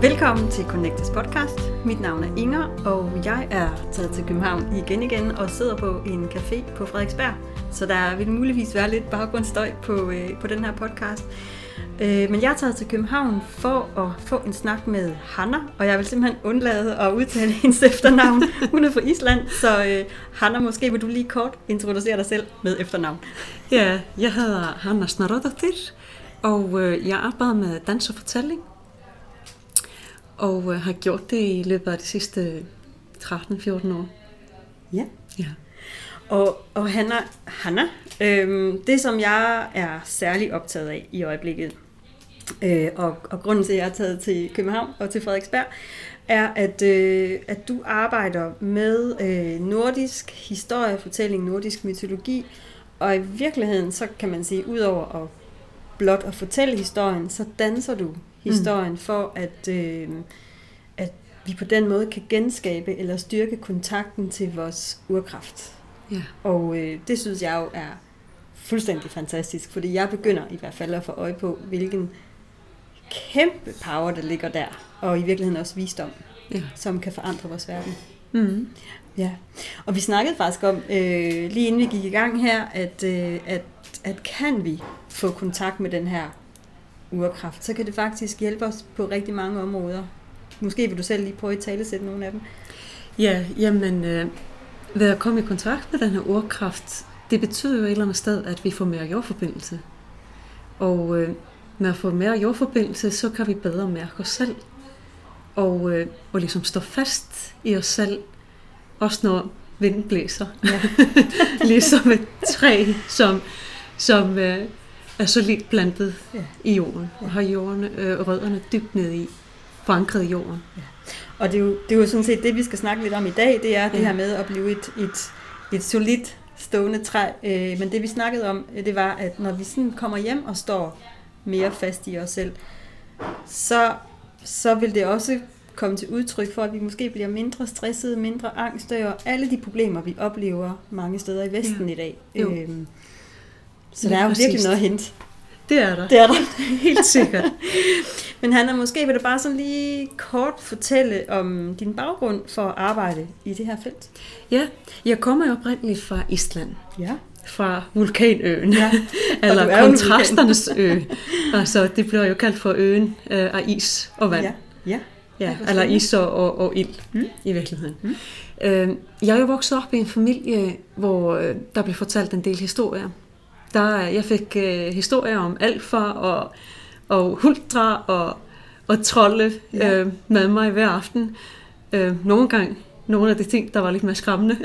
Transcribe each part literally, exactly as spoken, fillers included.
Velkommen til Connectes podcast. Mit navn er Inger, og jeg er taget til København igen igen og sidder på en café på Frederiksberg. Så der vil muligvis være lidt baggrundsstøj på, øh, på den her podcast. Øh, men jeg er taget til København for at få en snak med Hanna, og jeg vil simpelthen undlade at udtale hendes efternavn. Hun er fra Island, så øh, Hanna, måske vil du lige kort introducere dig selv med efternavn. Ja, jeg hedder Hanna Snorradóttir, og øh, jeg arbejder med dans og fortælling. Og øh, har gjort det i løbet af de sidste tretten fjorten år. Ja. Ja. Og, og Hanna, Hanna øhm, det som jeg er særlig optaget af i øjeblikket, øh, og, og grunden til, at jeg er taget til København og til Frederiksberg, er, at, øh, at du arbejder med øh, nordisk historiefortælling, nordisk mytologi, og i virkeligheden, så kan man sige, udover at blot at fortælle historien, så danser du historien mm. for, at, øh, at vi på den måde kan genskabe eller styrke kontakten til vores urkraft. Ja. Og øh, det synes jeg jo er fuldstændig fantastisk, fordi jeg begynder i hvert fald at få øje på, hvilken kæmpe power der ligger der, og i virkeligheden også visdom, Ja. som kan forandre vores verden. Mm. Ja, og vi snakkede faktisk om, øh, lige inden vi gik i gang her, at, øh, at, at kan vi få kontakt med den her urkraft, så kan det faktisk hjælpe os på rigtig mange områder. Måske vil du selv lige prøve at italesætte nogle af dem. Ja, jamen, øh, ved at komme i kontakt med den her urkraft, det betyder jo et eller andet sted, at vi får mere jordforbindelse. Og øh, med at få mere jordforbindelse, så kan vi bedre mærke os selv. Og, øh, og ligesom stå fast i os selv, også når vinden blæser. Ja. Ligesom et træ, som, som øh, er så lidt plantet ja. i jorden, og har jorden, øh, rødderne dybt ned i, forankret i jorden. Ja. Og det er, jo, det er jo sådan set det, vi skal snakke lidt om i dag, det er ja. det her med at blive et, et, et solidt stående træ. Øh, men det vi snakkede om, det var, at når vi sådan kommer hjem og står mere fast i os selv, så, så vil det også komme til udtryk for, at vi måske bliver mindre stressede, mindre angst og alle de problemer, vi oplever mange steder i Vesten ja. i dag. Øhm, så ja, der er jo præcis. virkelig noget at hente. Det er der. Det er der. Helt sikkert. Men Hanna, måske vil du bare sådan lige kort fortælle om din baggrund for at arbejde i det her felt? Ja, jeg kommer jo oprindeligt fra Island. Ja. Fra vulkanøen, ja. eller kontrasternes ø. Altså, det bliver jo kaldt for øen øh, af is og vand. Ja, ja. Ja, eller is og, og, og ild mm. i virkeligheden. Mm. Øh, jeg er jo vokset op i en familie, hvor øh, der blev fortalt en del historier. Der, jeg fik øh, historier om alfer og, og huldra og, og trolde ja. øh, med mig hver aften. Øh, nogle gange nogle af de ting, der var lidt mere skræmmende.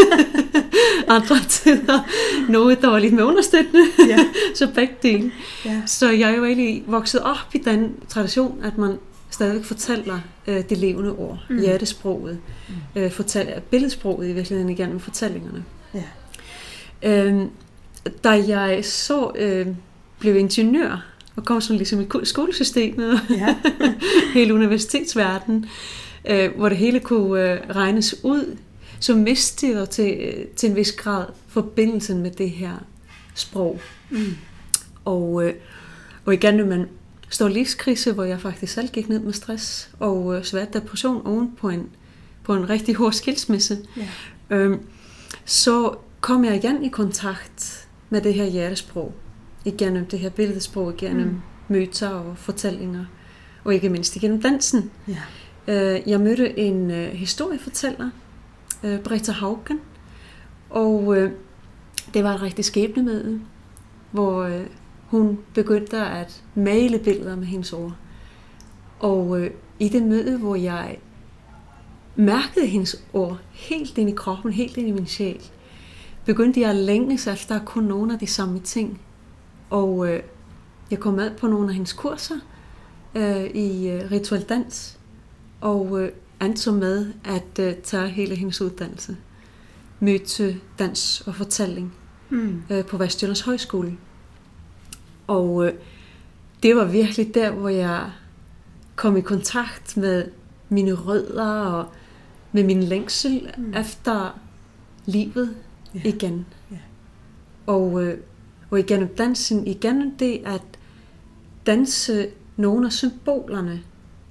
Andre tider noget, der var lidt mere understøttende. Ja. Så begge dele. Ja. Så jeg er jo egentlig vokset op i den tradition, at man stadigvæk fortæller øh, det levende ord, mm. hjertesproget, mm. øh, fortæller billedsproget i virkeligheden igennem fortællingerne. Ja. Øh, da jeg så øh, blev ingeniør og kom sådan ligesom i skolesystemet, ja. hele universitetsverdenen, øh, hvor det hele kunne øh, regnes ud, så mistede jeg til, øh, til en vis grad forbindelsen med det her sprog. Mm. Og, øh, og igen, når man står livskrise, hvor jeg faktisk selv gik ned med stress og øh, svær depression oven på en, på en rigtig hård skilsmisse, ja. øh, så kom jeg igen i kontakt med det her hjertesprog, igennem det her billedsprog, igennem mm. myter og fortællinger, og ikke mindst igennem dansen. Ja. Jeg mødte en uh, historiefortæller, uh, Britta Haugen, og uh, det var et rigtig skæbnemøde, hvor uh, hun begyndte at male billeder med hendes ord. Og uh, i det møde, hvor jeg mærkede hendes ord helt ind i kroppen, helt ind i min sjæl, begyndte jeg at længes efter kun nogle af de samme ting. Og øh, jeg kom med på nogle af hendes kurser øh, i øh, rituel dans, og øh, anså med at øh, tage hele hendes uddannelse. Myte, dans og fortælling mm. øh, på Vestjyllands Højskole. Og øh, det var virkelig der, hvor jeg kom i kontakt med mine rødder og med min længsel mm. efter livet. Yeah. Igen. Yeah. Og, øh, og igennem dansen, igennem det at danse nogle af symbolerne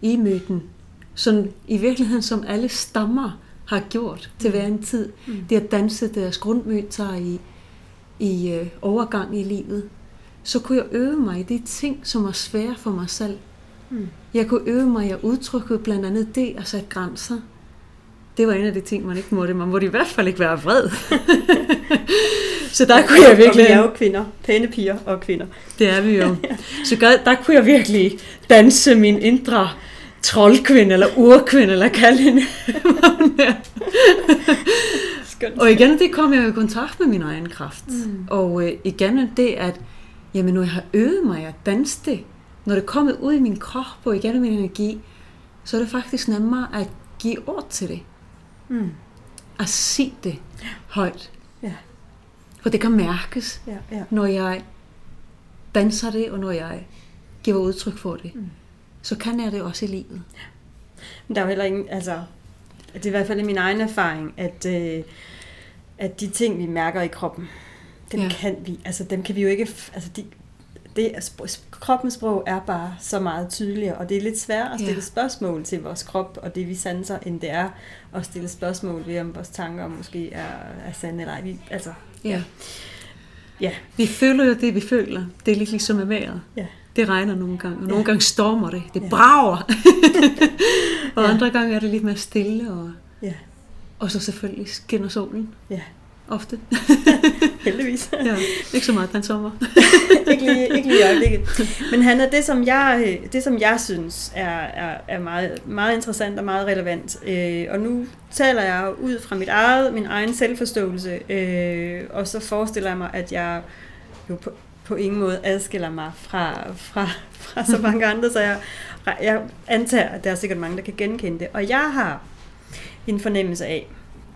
i myten, som i virkeligheden som alle stammer har gjort til hver en tid. Mm. De har danset deres grundmøter i, i øh, overgang i livet. Så kunne jeg øve mig i de ting, som var svære for mig selv. Mm. Jeg kunne øve mig i at udtrykke blandt andet det at sætte grænser. Det var en af de ting, man ikke måtte. Man måtte i hvert fald ikke være vred. Så der kunne jeg virkelig... Og vi er jo kvinder. Pæne piger og kvinder. Det er vi jo. Så der kunne jeg virkelig danse min indre troldkvinde, eller urkvinde, eller kalde hende. Og igen, det kom jeg i kontakt med min egen kraft. Mm. Og øh, igen det, at jamen, når jeg har øvet mig at danse det, når det er kommet ud i min krop og igen min energi, så er det faktisk nemmere at give ord til det. Mm. At sige det højt. Ja. For det kan mærkes, ja, ja. Når jeg danser det, og når jeg giver udtryk for det. Mm. Så kan jeg det også i livet. Ja. Men der er jo heller ingen, altså, det er i hvert fald min egen erfaring, at, øh, at de ting, vi mærker i kroppen, dem ja. kan vi, altså dem kan vi jo ikke, altså de, det, kroppens sprog er bare så meget tydeligere, og det er lidt sværere at stille ja. spørgsmål til vores krop, og det vi sanser, end det er at stille spørgsmål ved, om vores tanker måske er, er sande eller ej. Vi, altså, ja. Ja. Vi føler jo det, vi føler. Det er lidt ligesom med vejret. Ja. Det regner nogle gange, og nogle ja. gange stormer det. Det ja. brager. Og ja. andre gange er det lidt mere stille, og, ja. og så selvfølgelig skinner solen. Ja. Ofte. Heldigvis. Ja, ikke så meget den sommer. ikke lige, ikke lige i øjeblikket. Men Hanna, det som jeg, det, som jeg synes er, er, er meget, meget interessant og meget relevant, øh, og nu taler jeg ud fra mit eget, min egen selvforståelse, øh, og så forestiller jeg mig, at jeg jo på, på ingen måde adskiller mig fra, fra, fra så mange andre, så jeg, jeg antager, at der er sikkert mange, der kan genkende det. Og jeg har en fornemmelse af,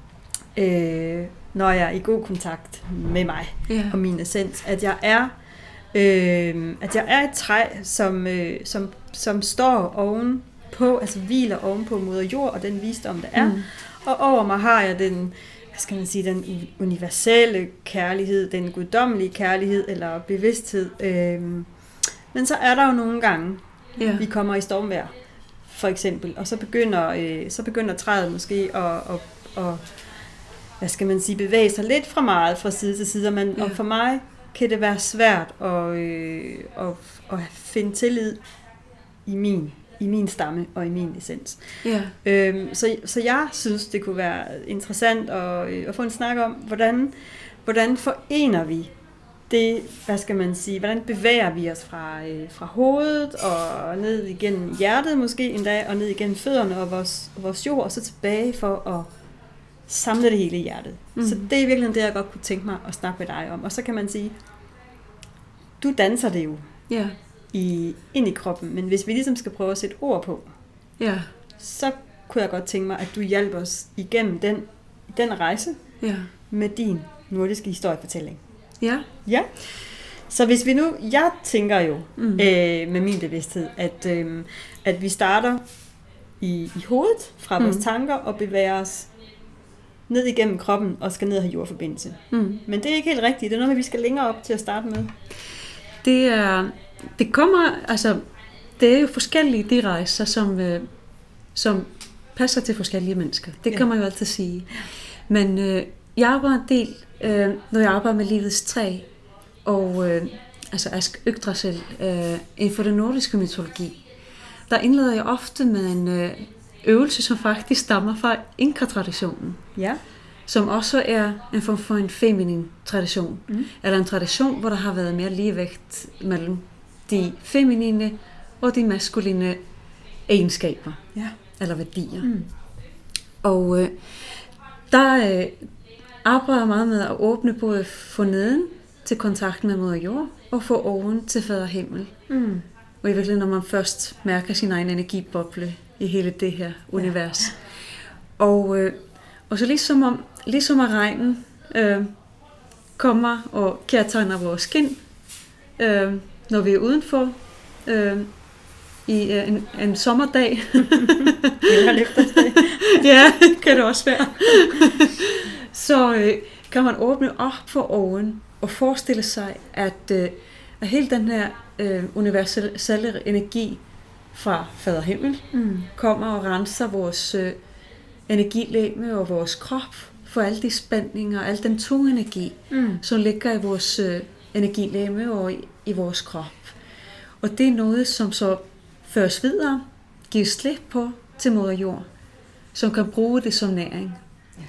øh, når jeg er i god kontakt med mig yeah. og min essens, at jeg er øh, at jeg er et træ, som, øh, som, som står oven på, altså hviler oven på moder jord og den visdom, der er. Mm. Og over mig har jeg den, hvad skal man sige, den universelle kærlighed, den guddommelige kærlighed eller bevidsthed. Øh, men så er der jo nogle gange, yeah. vi kommer i stormvejr, for eksempel, og så begynder, øh, så begynder træet måske at, at, at hvad skal man sige, bevæge sig lidt for meget fra side til side, men, ja. og for mig kan det være svært at, øh, at, at finde tillid i min, i min stamme og i min essens. Ja. Øhm, så, så jeg synes, det kunne være interessant at, at få en snak om, hvordan, hvordan forener vi det, hvad skal man sige, hvordan bevæger vi os fra, øh, fra hovedet og ned igennem hjertet måske endda, og ned igennem fødderne og vores, vores jord, og så tilbage for at samle det hele i hjertet. Mm. Så det er virkelig det, jeg godt kunne tænke mig at snakke med dig om. Og så kan man sige, du danser det jo yeah. i, ind i kroppen, men hvis vi ligesom skal prøve at sætte ord på, yeah. så kunne jeg godt tænke mig, at du hjælper os igennem den, den rejse yeah. med din nordiske historiefortælling. Ja. Yeah. Ja. Så hvis vi nu, jeg tænker jo mm. øh, med min bevidsthed, at, øh, at vi starter i, i hovedet fra mm. vores tanker og bevæger os ned igennem kroppen og skal ned og have jordforbindelse. Mm. Men det er ikke helt rigtigt. Det er noget med, vi skal længere op til at starte med. Det er, det kommer, altså, det er jo forskellige de rejser, som, øh, som passer til forskellige mennesker. Det ja. kan man jo altid sige. Men øh, jeg arbejder en del, øh, når jeg arbejder med livets træ, og øh, altså Ask Yggdrasil, øh, inden for den nordiske mytologi, der indleder jeg ofte med en øh, øvelse, som faktisk stammer fra Inka-traditionen, ja. som også er en form for en feminin tradition. Mm. Eller en tradition, hvor der har været mere ligevægt mellem de feminine og de maskuline egenskaber, ja. eller værdier. Mm. Og øh, der øh, arbejder jeg meget med at åbne både for neden til kontakten med moder jord, og for oven til fader himmel. Mm. Og i virkeligheden, når man først mærker sin egen energiboble i hele det her univers. Ja. Og, øh, og så ligesom, om, ligesom at regnen øh, kommer og kærtegner vores skin, øh, når vi er udenfor øh, i øh, en, en sommerdag. Eller en efterårsdag. Ja, kan det også være. Så øh, kan man åbne op for oven og forestille sig, at, øh, at hele den her øh, universelle energi fra Fader Himmel, Mm. kommer og renser vores øh, energilegeme og vores krop for alle de spændinger, al den tunge energi, Mm. som ligger i vores øh, energilegeme og i, i vores krop. Og det er noget, som så føres videre, gives slip på til moder jord, som kan bruge det som næring. Ja.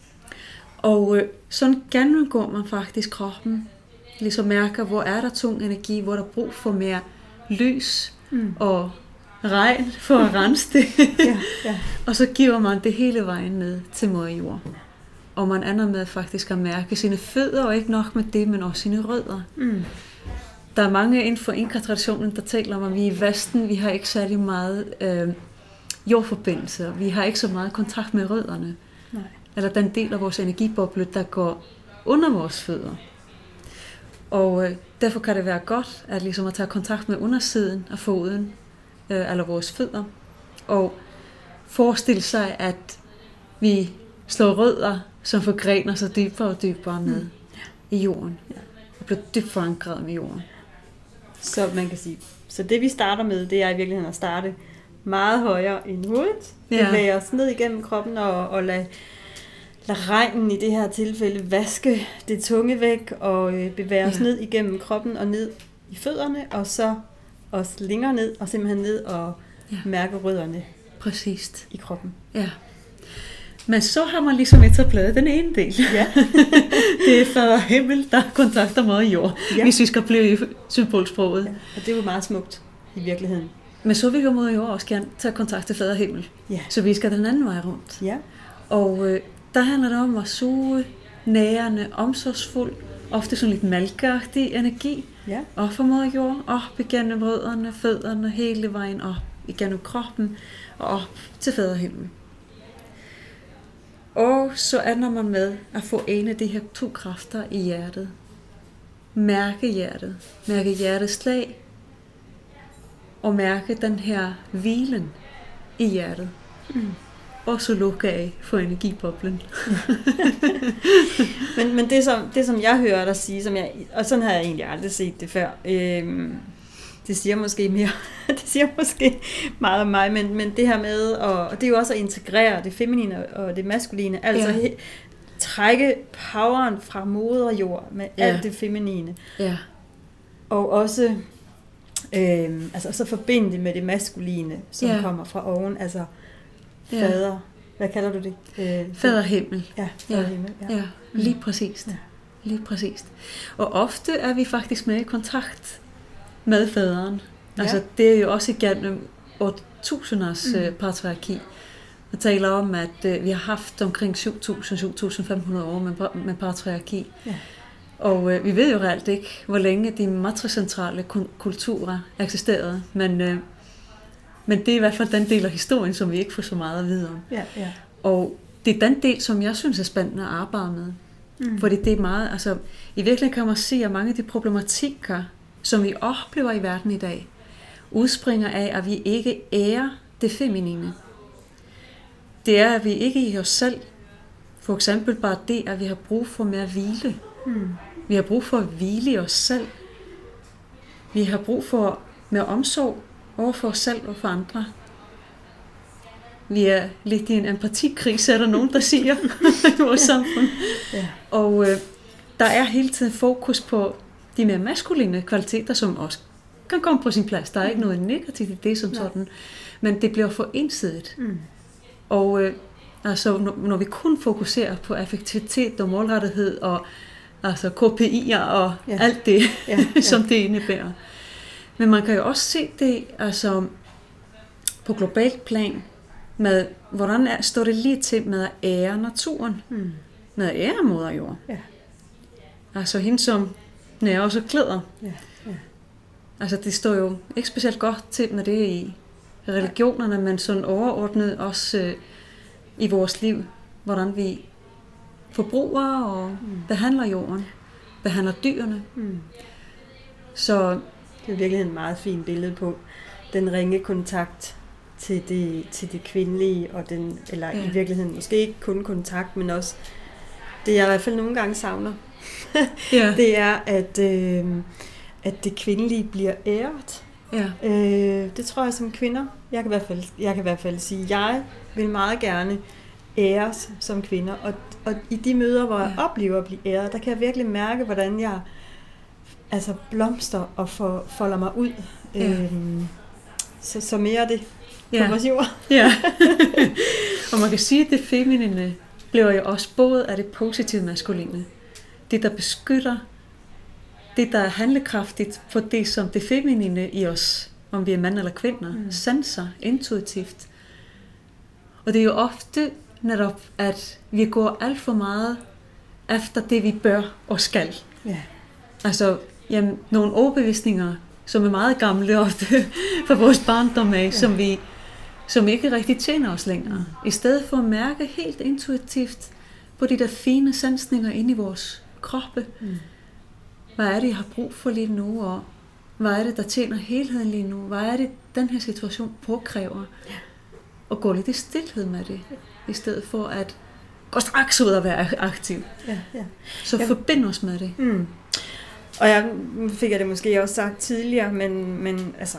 Og øh, sådan gennemgår man faktisk kroppen, ligesom mærker, hvor er der tung energi, hvor der er brug for mere lys Mm. og regn for at rense det. Ja, ja. Og så giver man det hele vejen ned til moder jord. Og man ender med faktisk at mærke sine fødder, og ikke nok med det, men også sine rødder. Mm. Der er mange inden for Inka-traditionen, der taler om, at vi i Vesten, vi har ikke særlig meget øh, jordforbindelse. Vi har ikke så meget kontakt med rødderne. Nej. Eller den del af vores energiboble, der går under vores fødder. Og øh, derfor kan det være godt at, ligesom at tage kontakt med undersiden af foden, øh, eller vores fødder, og forestille sig, at vi slår rødder, som forgrener sig dybere og dybere ned mm. i jorden, Ja. og bliver dybt forankret med jorden. Så man kan sige, så det vi starter med, det er i virkeligheden at starte meget højere end hovedet. Ja. Bevæge os ned igennem kroppen og, og lade, lade regnen i det her tilfælde vaske det tunge væk og øh, bevæge os Ja. ned igennem kroppen og ned i fødderne, og så også længere ned og simpelthen ned og Ja. mærke rødderne Præcist. i kroppen. Ja. Men så har man ligesom etableret den ene del. Ja. Det er Fader Himmel, der kontakter moder jord, Ja. hvis vi skal blive i symbolsproget. Ja. Og det er jo meget smukt i virkeligheden. Men så vil jo moder jord også gerne tage kontakt til Fader Himmel. Ja. Så vi skal den anden vej rundt. Ja. Og øh, der handler det om at suge nærende, omsorgsfuld, ofte sådan lidt malkeagtig energi, Ja. op fra moder jord, op igennem rødderne, fødderne, hele vejen op igennem kroppen og op til Fader Himmel. Og så ender man med at få en af de her to kræfter i hjertet. Mærke hjertet, mærke hjertets slag, og mærke den her hvilen i hjertet. Mm. Og så lukke af for energiboblen. Men, men det, som, det, som jeg hører dig sige, som jeg, og sådan har jeg egentlig aldrig set det før, øhm, det siger måske mere, det siger måske meget om mig, men, men det her med, og, og det er jo også at integrere det feminine og det maskuline, altså Ja. he, trække poweren fra moder jord med Ja. alt det feminine, Ja, og også øhm, altså, så forbinde det med det maskuline, som Ja. kommer fra oven, altså Ja. fader, hvad kalder du det? Øh, Fader Himmel. Ja, fader Ja. himmel. Ja, lige præcist. Ja. Lige præcist. Og ofte er vi faktisk med i kontakt med faderen. Ja. Altså det er jo også igennem årtusinders Mm. mm. patriarki. Man taler om, at øh, vi har haft omkring syv tusind til syv tusind fem hundrede år med, med patriarki. Ja. Og øh, vi ved jo reelt ikke, hvor længe de matricentrale kun- kulturer eksisterede. Men, øh, men det er i hvert fald den del af historien, som vi ikke får så meget at vide om. Ja, ja. Og det er den del, som jeg synes er spændende at arbejde med. Mm. Fordi det er meget, altså i virkeligheden kan man se, at mange af de problematikker, som vi oplever i verden i dag, udspringer af, at vi ikke ærer det feminine. Det er, at vi ikke i os selv, for eksempel bare det, at vi har brug for mere hvile. Mm. Vi har brug for at hvile i os selv. Vi har brug for mere omsorg over for os selv og for andre. Vi er lidt i en empatikrise, er der nogen, der siger i vores samfund. Ja. Og øh, der er hele tiden fokus på de mere maskuline kvaliteter, som også kan komme på sin plads. Der er ikke noget negativt i det som Nej. sådan, men det bliver for ensidigt. Mm. Og øh, altså, når, når vi kun fokuserer på effektivitet og målrettighed og altså K P I'er og Ja. ja. alt det, Ja, ja. ja. som det indebærer. Men man kan jo også se det altså, på globalt plan, med hvordan er, står det lige til med at ære naturen, Mm. med at ære moder jord. Ja. Altså hende, som nærer også klæder. Ja. Ja. Altså det står jo ikke specielt godt til med det i religionerne, men sådan overordnet også øh, i vores liv, hvordan vi forbruger og mm. behandler jorden, behandler dyrene. Mm. Så Det er virkelig et meget fint billede på den ringe kontakt til det, til det kvindelige, og den, eller ja. Ja. i virkeligheden måske ikke kun kontakt, men også det, jeg i hvert fald nogle gange savner, ja, det er, at, øh, at det kvindelige bliver æret, Ja. Øh, det tror jeg som kvinder. Jeg kan, i hvert fald, jeg kan i hvert fald sige, at jeg vil meget gerne æres som kvinder. Og, og i de møder, hvor jeg ja. oplever at blive æret, der kan jeg virkelig mærke, hvordan jeg altså blomster og for, folder mig ud. Ja. Øhm, så, så mere af det på ja. vores jord. Ja. Og man kan sige, at det feminine bliver jo også både af det positive maskuline. Det, der beskytter, det, der er handlekraftigt på det, som det feminine i os, om vi er mand eller kvinder, mm. sanser intuitivt. Og det er jo ofte netop, at vi går alt for meget efter det, vi bør og skal. Ja. Altså, jamen, nogle overbevisninger, som er meget gamle ofte fra vores barndom af, ja. som vi som ikke rigtig tjener os længere. I stedet for at mærke helt intuitivt på de der fine sansninger inde i vores kroppe. Mm. Hvad er det, jeg har brug for lige nu, og hvad er det, der tjener helheden lige nu? Hvad er det, den her situation påkræver? Ja. Og gå lidt i stilhed med det, i stedet for at gå straks ud og være aktiv. Ja, ja. Så ja. forbind os med det. Mm. Og jeg fik jeg det måske også sagt tidligere, men, men altså,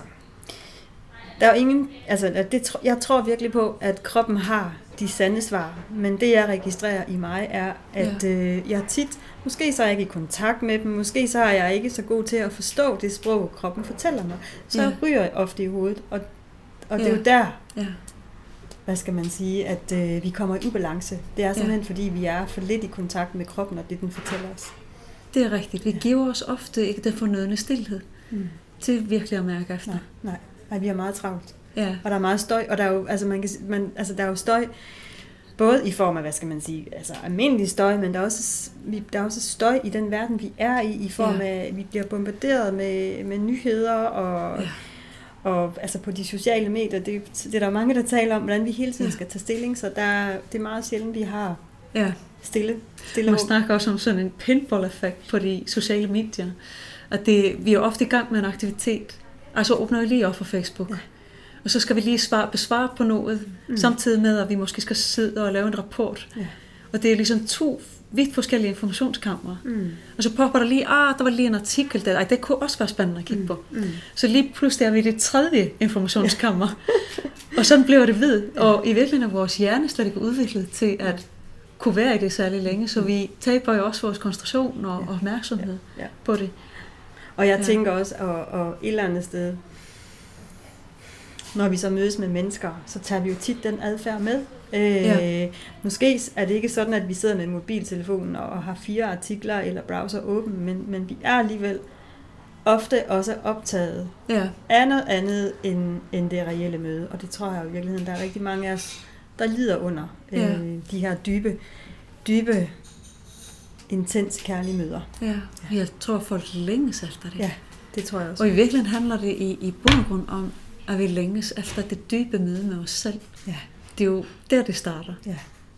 der er jo ingen, altså, det, jeg tror virkelig på, at kroppen har de sande svar, men det jeg registrerer i mig er, at ja. øh, jeg tit, måske så er jeg ikke i kontakt med dem, måske så er jeg ikke så god til at forstå det sprog, kroppen fortæller mig, så ja. ryger jeg ofte i hovedet, og, og det ja. er jo der, ja. hvad skal man sige, at øh, vi kommer i ubalance. Det er simpelthen, ja. fordi vi er for lidt i kontakt med kroppen, og det den fortæller os. Det er rigtigt. Vi ja. giver os ofte ikke den fornødne stilhed mm. til virkelig at mærke efter. Nej, nej. nej vi er meget travlt. Ja. Og der er meget støj, og der er jo, altså man kan, man, altså der er jo støj, både i form af, hvad skal man sige, altså almindelig støj, men der er også, der er også støj i den verden, vi er i, i form ja. af, at vi bliver bombarderet med, med nyheder, og, ja. og altså på de sociale medier, det, det er der mange, der taler om, hvordan vi hele tiden ja. skal tage stilling, så der, det er meget sjældent, vi har ja. stille. stille Man snakker også om sådan en pinball-effekt på de sociale medier, at det, vi er ofte i gang med en aktivitet, altså åbner vi lige op for Facebook, ja. og så skal vi lige svare, besvare på noget, mm. samtidig med, at vi måske skal sidde og lave en rapport. Ja. Og det er ligesom to vidt forskellige informationskamre. Mm. Og så popper der lige, ah, der var lige en artikel der, ej, det kunne også være spændende at kigge på. Mm. Mm. Så lige pludselig er vi i det tredje informationskammer. Ja. Og sådan bliver det ved. Ja. Og i virkeligheden er vores hjerne slet ikke udviklet til at kunne være i det særlig længe, så vi taber jo også vores koncentration og ja. opmærksomhed ja. Ja. på det. Og jeg ja. tænker også, og, og et eller andet sted, når vi så mødes med mennesker, så tager vi jo tit den adfærd med. Øh, ja. Måske er det ikke sådan, at vi sidder med mobiltelefonen og har fire artikler eller browser åben, men, men vi er alligevel ofte også optaget ja. af noget andet end, end det reelle møde. Og det tror jeg jo i virkeligheden, der er rigtig mange af os, der lider under ja. øh, de her dybe, dybe, intens kærlige møder. Ja, jeg tror folk længes efter det. Ja, det tror jeg også. Og i virkeligheden handler det i, i bund og grund om, at vi længes efter det dybe møde med os selv. Ja. Det er jo der, det starter. Ja.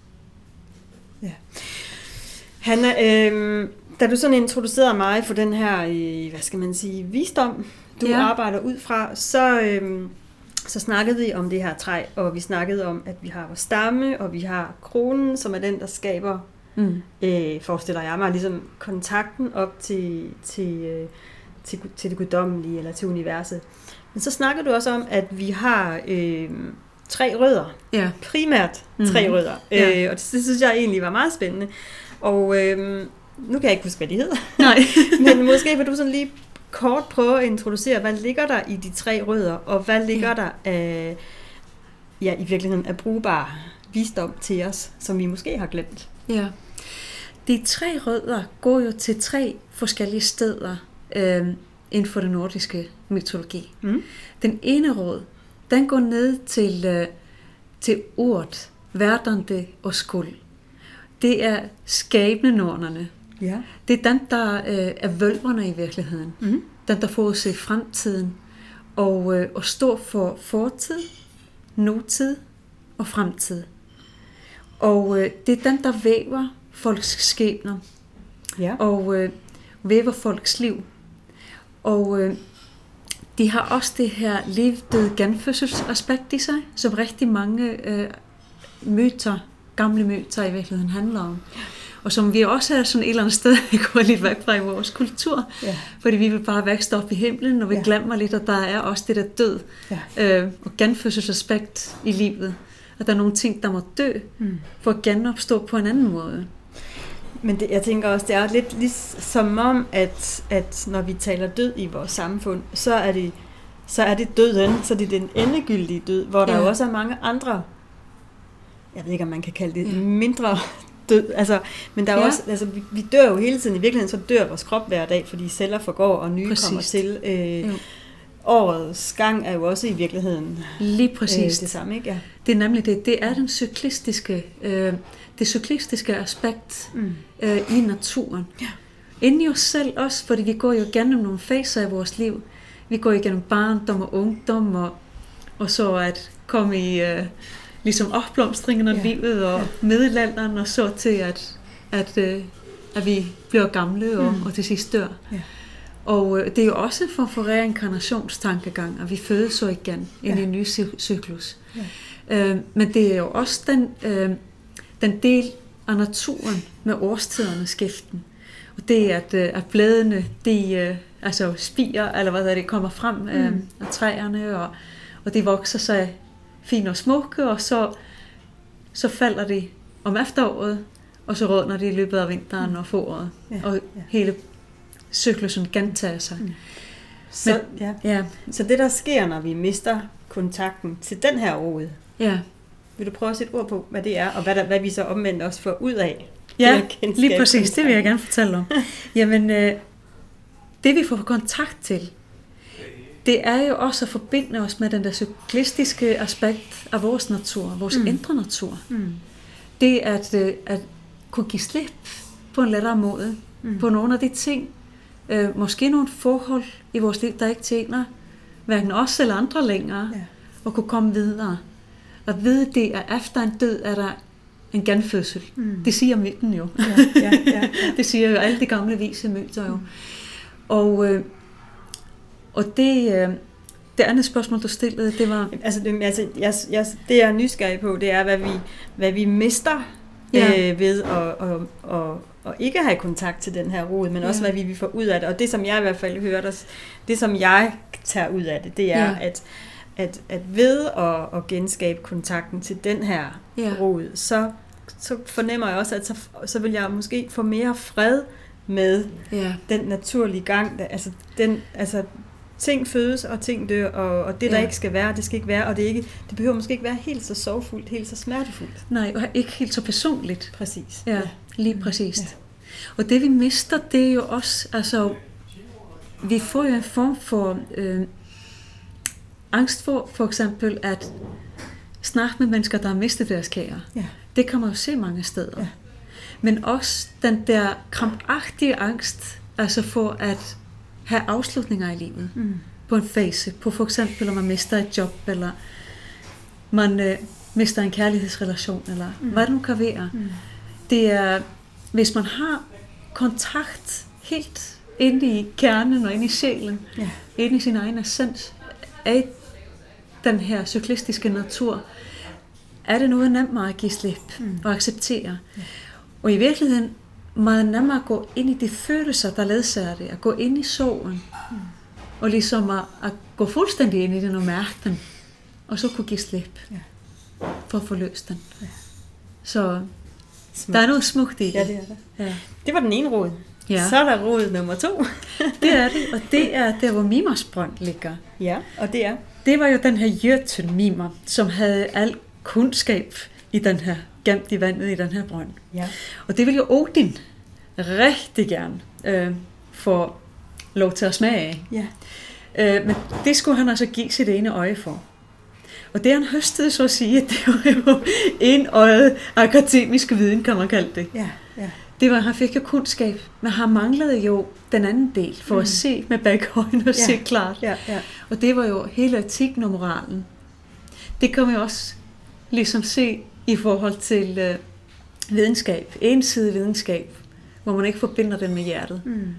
Ja. Hanna, øh, da du sådan introducerede mig for den her, øh, hvad skal man sige, visdom, du ja. arbejder ud fra, så, øh, så snakkede vi om det her træ, og vi snakkede om, at vi har vores stamme, og vi har kronen, som er den, der skaber, mm. øh, forestiller jeg mig, ligesom kontakten op til, til, øh, til, til det guddommelige, eller til universet. Men så snakker du også om, at vi har øh, tre rødder. Ja. Primært tre mm-hmm. rødder. Ja. Øh, og det, det synes jeg egentlig var meget spændende. Og øh, nu kan jeg ikke huske, hvad de hedder. Nej. Men måske vil du sådan lige kort prøve at introducere, hvad ligger der i de tre rødder, og hvad ligger ja. der af, ja, i virkeligheden af brugbar visdom til os, som vi måske har glemt. Ja. De tre rødder går jo til tre forskellige steder øh, inden for den nordiske mytologi. Mm. Den ene rød, den går ned til, øh, til ordet, verdante og skuld. Det er skabnenordnerne. Ja. Det er den, der øh, er vølverne i virkeligheden. Mm. Den, der forudser fremtiden og, øh, og står for fortid, nutid og fremtid. Og øh, det er den, der væver folks skæbner ja. og øh, væver folks liv. Og øh, de har også det her liv-død genfødselsaspekt i sig, som rigtig mange øh, myter, gamle myter i virkeligheden handler om. og som vi også er sådan et eller andet sted, vi går lidt væk fra i vores kultur, Ja. fordi vi vil bare vækste op i himlen, og vi Ja. glemmer lidt, at der er også det der død, Ja. øh, og genfødselsaspekt i livet, og der er nogle ting, der må dø, Mm. for at genopstå på en anden måde. Men det, jeg tænker også, det er lidt ligesom om, at, at når vi taler død i vores samfund, så er det, så er det døden, så det er den endegyldige død, hvor der Ja. jo også er mange andre, jeg ved ikke, om man kan kalde det Ja. mindre død, altså, men der er Ja. også, altså, vi, vi dør jo hele tiden, i virkeligheden så dør vores krop hver dag, fordi celler forgår, og nye Præcis. kommer til. Øh, Jo. årets gang er jo også i virkeligheden Lige øh, præcis. det samme, ikke? Ja. Det er nemlig det. Det er den cyklistiske, øh, det cyklistiske aspekt Mm. øh, i naturen. Ja. Inden i os selv også, fordi vi går jo igennem nogle faser i vores liv. Vi går igennem barndom og ungdom, og, og så at komme i øh, ligesom opblomstringen af Ja. livet og Ja. middelalderen, og så til at, at, øh, at vi bliver gamle og, Mm. og til sidst dør. Ja. Og øh, det er jo også for, for reinkarnationstankegang, at vi fødes så igen ind Ja. i en ny cy- cyklus. Ja. Øh, men det er jo også den, øh, den del af naturen med årstidernes skiften. Og det er, at, øh, at bladene de, øh, altså spiger, eller hvad der det kommer frem øh, Mm. af træerne, og, og de vokser sig fine og smukke, og så, så falder de om efteråret, og så rådner de i løbet af vinteren og foråret. Ja. Og Ja. hele cyklusen gentager sig. Mm. Så, ja. Ja, Så det, der sker, når vi mister kontakten til den her rod, ja. vil du prøve at sætte ord på, hvad det er, og hvad, der, hvad vi så omvendt også får ud af? Ja, det at genskabe lige præcis. Det vil jeg kontakten? gerne fortælle om. Jamen, øh, det vi får kontakt til, det er jo også at forbinde os med den der cyklistiske aspekt af vores natur, vores Mm. mm. indre natur. Mm. Det at, øh, at kunne give slip på en lettere måde, Mm. på nogle af de ting, øh, måske nogle forhold i vores liv, der ikke tjener hverken os eller andre længere, Ja. og kunne komme videre. Og vide det, at efter en død er der en genfødsel. Mm. Det siger myten jo. Ja, ja, ja, ja. Det siger jo alle de gamle vise myter jo. Og, øh, og det, øh, det andet spørgsmål, du stillede, det var... Altså, det, altså jeg, jeg, det jeg er nysgerrig på, det er, hvad vi, hvad vi mister Ja. øh, ved at, at, at, at ikke have kontakt til den her rod, men også Ja. hvad vi, vi får ud af det. Og det, som jeg i hvert fald hørte, det som jeg tager ud af det, det er, Ja. at, at, at ved at, at genskabe kontakten til den her Ja. rod, så, så fornemmer jeg også, at så, så vil jeg måske få mere fred med Ja, den naturlige gang, der, altså, den, altså ting fødes, og ting dør, og, og det, der Ja. ikke skal være, det skal ikke være, og det, ikke, det behøver måske ikke være helt så sorgfuldt, helt så smertefuldt. nej, og ikke helt så personligt. Præcis. Ja, lige præcist. Ja. Og det vi mister, det er jo også, altså, vi får jo en form for øh, angst for, for eksempel, at snakke med mennesker, der har mistet deres kære. Ja. Det kan man jo se mange steder. Ja. Men også den der krampagtige angst, altså for at have afslutninger i livet. Mm. På en fase, på for eksempel, om man mister et job, eller man øh, mister en kærlighedsrelation, eller Mm. mm. hvad det nu kan være. Mm. Det er, hvis man har kontakt helt inde i kernen og inde i sjælen, Ja. inde i sin egen essens af den her cyklistiske natur, er det noget nemmere at give slip Mm. og acceptere. Ja. Og i virkeligheden meget nemmere at gå ind i de følelser, der ledsager det, at gå ind i sorgen, Mm. og ligesom at, at gå fuldstændig ind i den og mærke den, og så kunne give slip Ja. for at få løst den. Ja. Så Smukt. der er noget smukt i det. Ja, det er det. Ja. Det var den ene rod. Ja. Så er der rod nummer to. Det er det, og det er der, hvor Mimers brønd ligger. Ja, og det er? Det var jo den her Jøten Mimer, som havde al kundskab i den her, gemt i vandet i den her brønd. Ja. Og det vil jo Odin rigtig gerne øh, få lov til at smage af. Ja. Øh, men det skulle han altså give sit ene øje for. Og det han høstede, så at sige, det var jo enøjet akademisk viden, kan man kalde det. Ja. Ja. Det var, han fik jo kundskab, men han manglede jo den anden del, for mm. at se med begge øjne og Ja. se klart. Ja. Ja. Og det var jo hele etikken og moralen. Det kan man jo også ligesom se i forhold til øh, videnskab, ensidig videnskab, hvor man ikke forbinder den med hjertet. Mm.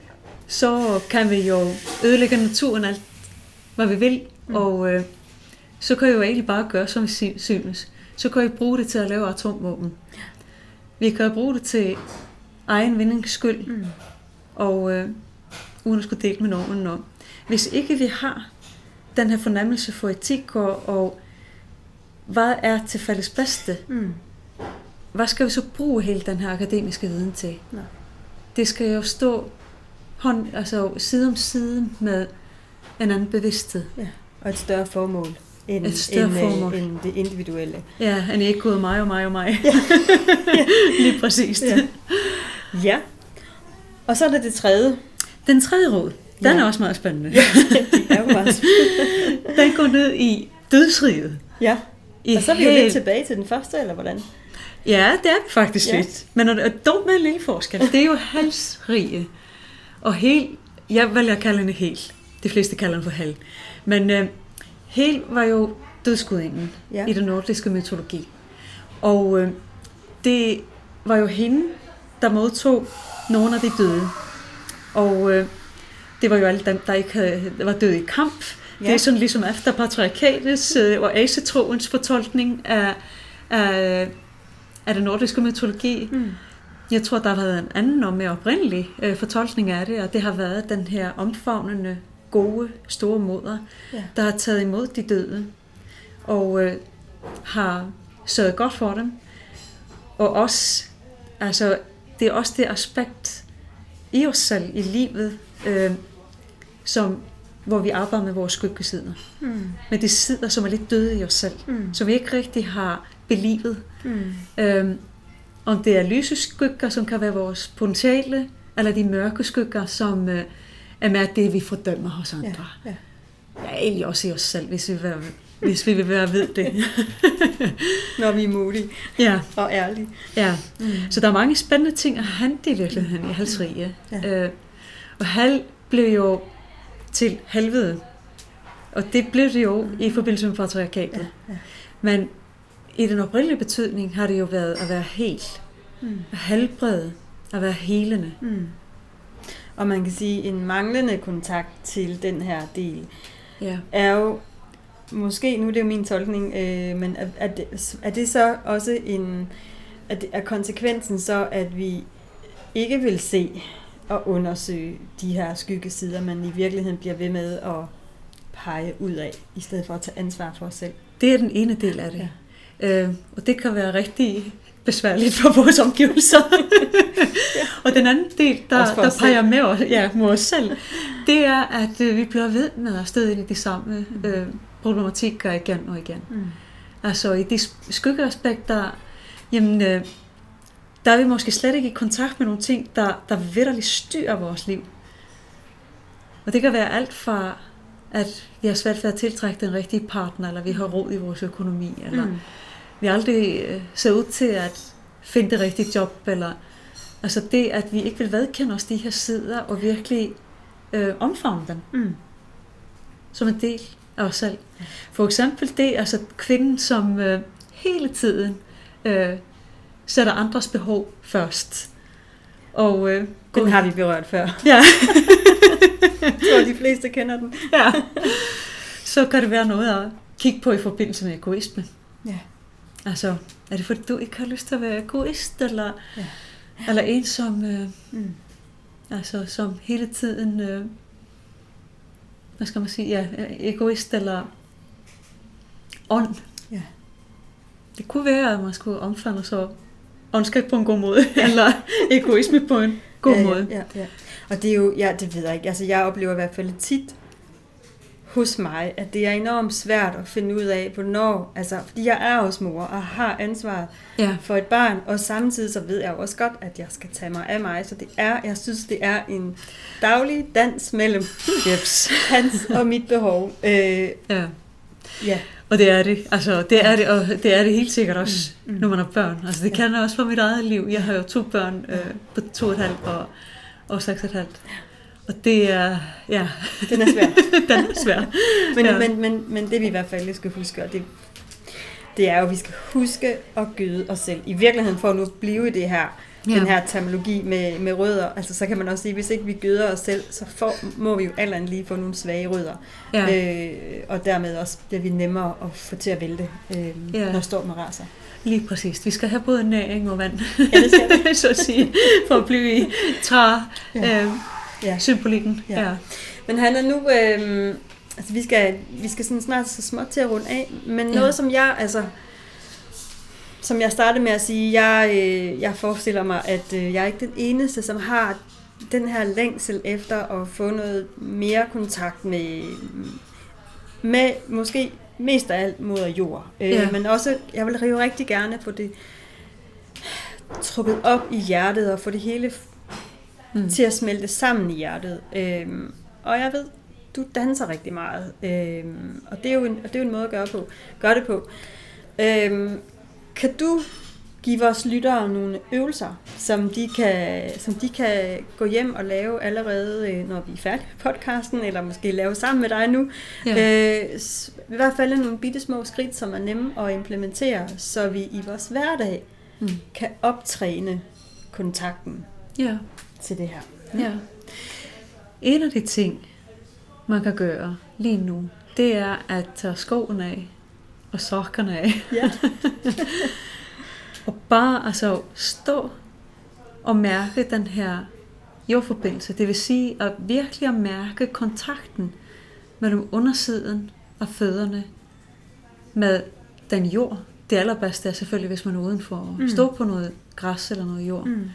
Så kan vi jo ødelægge naturen alt, hvad vi vil, mm. og øh, så kan vi jo egentlig bare gøre, som vi synes. Så kan vi bruge det til at lave atomvåben. vi kan bruge det til egen vindings skyld, mm. og øh, uden at skulle dele med nogen om. Hvis ikke vi har den her fornemmelse for etik, og, og hvad er til fælles bedste, mm. hvad skal vi så bruge hele den her akademiske viden til? Nej. Det skal jo stå hånd, altså side om side med en anden bevidsthed. Ja. Og et større formål end, et større end, formål. end det individuelle. Ja, end ikke gået mig og mig og mig. Ja. Lige præcis. Ja. Ja. Og så er der det tredje. Den tredje råd, den ja. er også meget spændende. Ja, det er jo meget spændende. Den går ned i dødsriget. Ja, I og så er vi jo helt... lidt tilbage til den første, eller hvordan? Ja, det er vi faktisk ja. lidt. Men det er dog med en lille forskel. Det er jo halsrige. Og helt, jeg vælger at kalde hende helt. De fleste kalder den for hal. Men øh, hel var jo dødsgudingen ja. i den nordiske mytologi. Og øh, det var jo hende, der modtog nogle af de døde. Og øh, det var jo alle dem, der ikke havde, var døde i kamp. Ja. Det er sådan ligesom efter patriarkatets øh, og asetroens fortolkning af, af, af den nordiske mytologi. Mm. Jeg tror, der har været en anden og mere oprindelig øh, fortolkning af det, og det har været den her omfavnende, gode, store moder, ja. der har taget imod de døde, og øh, har sørget godt for dem. Og også, altså, det er også det aspekt i os selv, i livet, øh, som, hvor vi arbejder med vores skyggesider. Mm. Med de sider, som er lidt døde i os selv, mm. som vi ikke rigtig har belivet. Mm. Øh, Om det er lyse skygger, som kan være vores potentiale, eller de mørke skygger, som øh, er med det, vi fordømmer hos andre. Ja, ja. Ja, egentlig også i os selv, hvis vi vil være, hvis vi vil være ved det. Når vi er modige ja. og ærlige. Ja. Mm. Så der er mange spændende ting at hente i virkeligheden i halsrige. Ja. Øh, og hal blev jo til helvede. Og det blev det jo i forbindelse med patriarkatet. Ja, ja. Men i den oprindelige betydning har det jo været at være helt, mm. at helbrede, at være helende. Mm. Og man kan sige, at en manglende kontakt til den her del, ja. er jo, måske, nu er det jo min tolkning, øh, men er, er, det, er det så også en, er, det, er konsekvensen så, at vi ikke vil se og undersøge de her skyggesider, man i virkeligheden bliver ved med at pege ud af, i stedet for at tage ansvar for os selv? Det er den ene del af det. Ja. Øh, og det kan være rigtig besværligt for vores omgivelser. ja. Og den anden del, der, der peger med os, ja, med os selv, det er, at øh, vi bliver ved med at støde ind i de samme øh, problematikker igen og igen. Mm. Altså i de skyggeaspekter, jamen, øh, der er vi måske slet ikke i kontakt med nogle ting, der, der vitterligt styrer vores liv. Og det kan være alt fra, at vi har svært ved at tiltrække den rigtige partner, eller vi har råd i vores økonomi, eller mm. vi aldrig øh, ser ud til at finde det rigtige job, eller altså det, at vi ikke vil vedkende os de her sider, og virkelig øh, omfavne dem, mm. som en del af os selv. For eksempel det, altså kvinden, som øh, hele tiden øh, sætter andres behov først. Og, øh, den har vi berørt før. Ja. Jeg tror, de fleste kender den. Ja. Så kan det være noget at kigge på i forbindelse med egoisme. Ja. Altså, er det fordi du ikke har lyst til at være egoist, eller, ja. eller en, som, øh, mm. altså, som hele tiden, øh, hvad skal man sige, ja, egoist eller ånd. Ja. Det kunne være, at man skulle omfavne så ondskab på en god måde, ja. eller egoisme på en god ja, ja, måde. Ja, ja. Og det er jo, ja, det ved jeg ikke, altså jeg oplever i hvert fald tit hos mig, at det er enormt svært at finde ud af, hvornår, altså fordi jeg er også mor og har ansvaret ja. for et barn, og samtidig så ved jeg også godt, at jeg skal tage mig af mig, så det er, jeg synes, det er en daglig dans mellem hans og mit behov. Øh, ja. ja. Og det er det, altså det er det, og det er det helt sikkert også, mm. Mm. når man har børn. Altså det ja. kan jeg også for mit eget liv. Jeg har jo to børn øh, på to og et halvt og, og seks og et halvt. Og det er, ja. Den er svær. Den er svær. men, ja. men, men, men det vi i hvert fald skal huske, og det, det er jo, at vi skal huske at gyde os selv. I virkeligheden for at nu blive i det her ja. den her terminologi med, med rødder. Altså så kan man også sige, hvis ikke vi gøder os selv, så får, må vi jo alt andet lige få nogle svage rødder. Ja. Øh, og dermed også bliver vi nemmere at få til at vælte, øh, ja. når stormen raser. Lige præcis. Vi skal have både næring og vand, ja, det skal det. så at sige, for at blive i træ ja. øh, ja. symbolikken. Ja. Ja. Men Hanna, nu, øh, altså vi skal, vi skal sådan snart så småt til at runde af, men noget ja. som jeg, altså, som jeg startede med at sige, jeg, øh, jeg forestiller mig, at øh, jeg er ikke den eneste, som har den her længsel efter at få noget mere kontakt med, med måske mest af alt moder jord. Ja. Øh, men også, jeg vil jo rigtig gerne få det trukket op i hjertet og få det hele mm. til at smelte sammen i hjertet. Øh, og jeg ved, du danser rigtig meget. Øh, og det er jo en, det er jo en måde at gøre, på, gøre det på. Øh, kan du give vores lyttere nogle øvelser, som de kan, som de kan gå hjem og lave allerede, når vi er færdige med podcasten, eller måske lave sammen med dig nu. Ja. Øh, I hvert fald nogle bitte små skridt, som er nemme at implementere, så vi i vores hverdag mm. kan optræne kontakten ja. til det her. Ja. En af de ting, man kan gøre lige nu, det er at tage skoene af og sokkerne af. Ja. Og bare altså stå og mærke den her jordforbindelse. Det vil sige at virkelig at mærke kontakten mellem undersiden og fødderne med den jord. Det allerbedste er selvfølgelig, hvis man er udenfor at mm. stå på noget græs eller noget jord. Mm.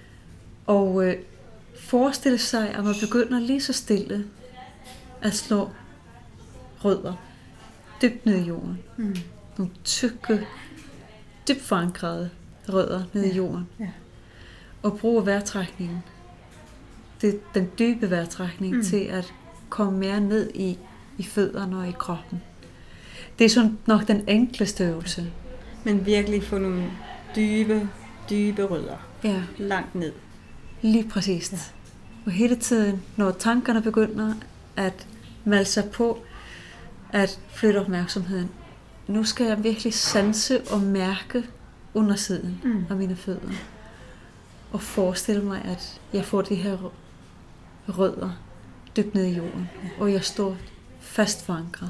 Og øh, forestille sig, at man begynder lige så stille at slå rødder dybt ned i jorden. Mm. Nogle tykke, dybt forankrede rødder ned i ja. jorden. Ja. Og bruge vejrtrækningen. Det er den dybe vejrtrækning mm. til at komme mere ned i, i fødderne og i kroppen. Det er sådan nok den enkleste øvelse. Men virkelig få nogle dybe, dybe rødder. Ja. Langt ned. Lige præcis. Ja. Og hele tiden, når tankerne begynder at melde sig på, at flytte opmærksomheden. Nu skal jeg virkelig sanse og mærke undersiden mm. af mine fødder. Og forestille mig, at jeg får de her rødder dybt ned i jorden. Ja. Og jeg står fast forankret.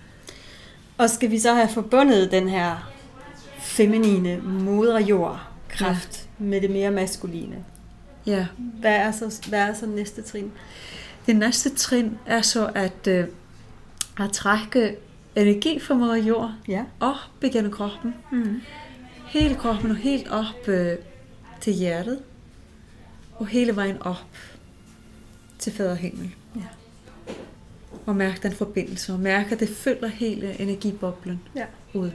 Og skal vi så have forbundet den her feminine moderjordkraft ja. med det mere maskuline? Ja. Hvad er så, hvad er så næste trin? Det næste trin er så at, øh, at trække energi fra moder jord ja. op igennem kroppen. Mm. Hele kroppen og helt op øh, til hjertet. Og hele vejen op til faderhimmel. Ja. Og mærke den forbindelse. Og mærke, at det følger hele energiboblen ja. ud.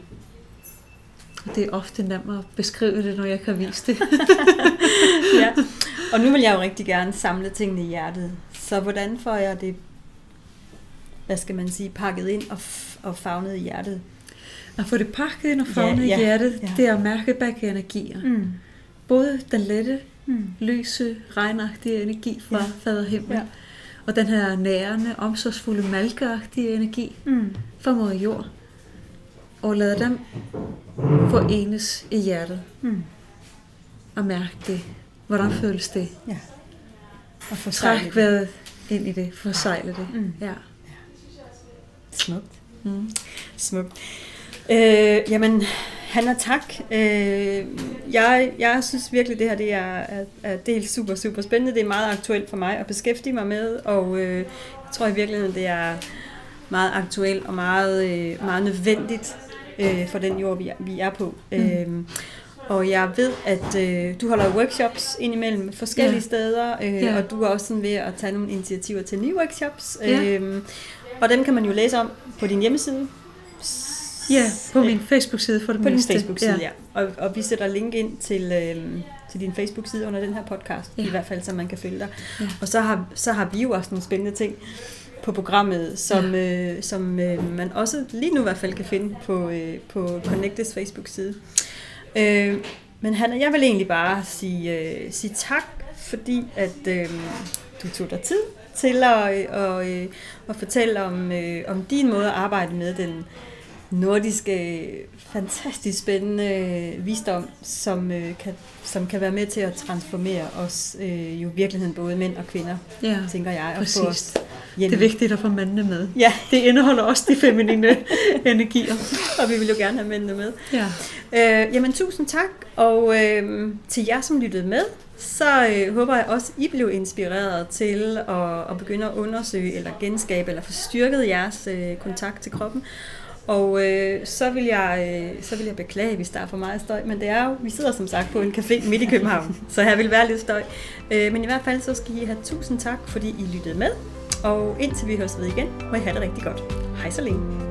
Og det er ofte nemmere at beskrive det, når jeg kan vise det. ja. Og nu vil jeg jo rigtig gerne samle tingene i hjertet. Så hvordan får jeg det, hvad skal man sige, pakket ind og, f- og favnet i hjertet? At få det pakket ind og favnet ja, ja, i hjertet, ja. det er at mærke begge energier. Mm. Både den lette, mm. lyse, regnagtige energi fra ja. faderhimmel, ja. og den her nærende, omsorgsfulde, malkeagtige energi mm. fra moder jord. Og lade dem forenes i hjertet. Mm. Og mærke det. Hvordan føles det? Ja. Og træk vejret ind i det. Forsejle det. Mm. Ja. Smukt. Mm. Smukt. Øh, jamen, Hanna, tak. Øh, jeg, jeg synes virkelig, det her det er, er, er dels super, super spændende. Det er meget aktuelt for mig at beskæftige mig med, og øh, jeg tror i virkeligheden, det er meget aktuelt og meget, øh, meget nødvendigt øh, for den jord, vi er, vi er på. Mm. Øh, og jeg ved, at øh, du holder workshops indimellem forskellige ja. steder, øh, ja. og du er også sådan ved at tage nogle initiativer til nye workshops. Ja. Øh, og dem kan man jo læse om på din hjemmeside. Ja, på min Facebook-side for det På meste. din Facebook-side, ja. ja. Og, og vi sætter link ind til, øh, til din Facebook-side under den her podcast, ja. i hvert fald, så man kan følge dig. Ja. Og så har, så har vi jo også nogle spændende ting på programmet, som, ja. øh, som øh, man også lige nu i hvert fald kan finde på, øh, på Connectes Facebook-side. Øh, men Hanna, jeg vil egentlig bare sige, øh, sige tak, fordi at øh, du tog dig tid til at, og, øh, at fortælle om, øh, om din måde at arbejde med den nordiske, fantastisk spændende visdom, som, øh, kan, som kan være med til at transformere os, øh, jo virkeligheden både mænd og kvinder, ja, tænker jeg. Og få os hjem. Det er vigtigt at få mændene med. Ja. Det indeholder også de feminine energier. Og vi vil jo gerne have mændene med. Ja. Øh, jamen tusind tak, og øh, til jer, som lyttede med, så øh, håber jeg også, I blev inspireret til at, at begynde at undersøge, eller genskabe, eller få styrket jeres øh, kontakt til kroppen. Og øh, så, vil jeg, øh, så vil jeg beklage, hvis der er for meget støj, men det er jo, vi sidder som sagt på en café midt i København, så her vil være lidt støj. Øh, men i hvert fald så skal I have tusind tak, fordi I lyttede med, og indtil vi høres ved igen, må I have det rigtig godt. Hej så længe.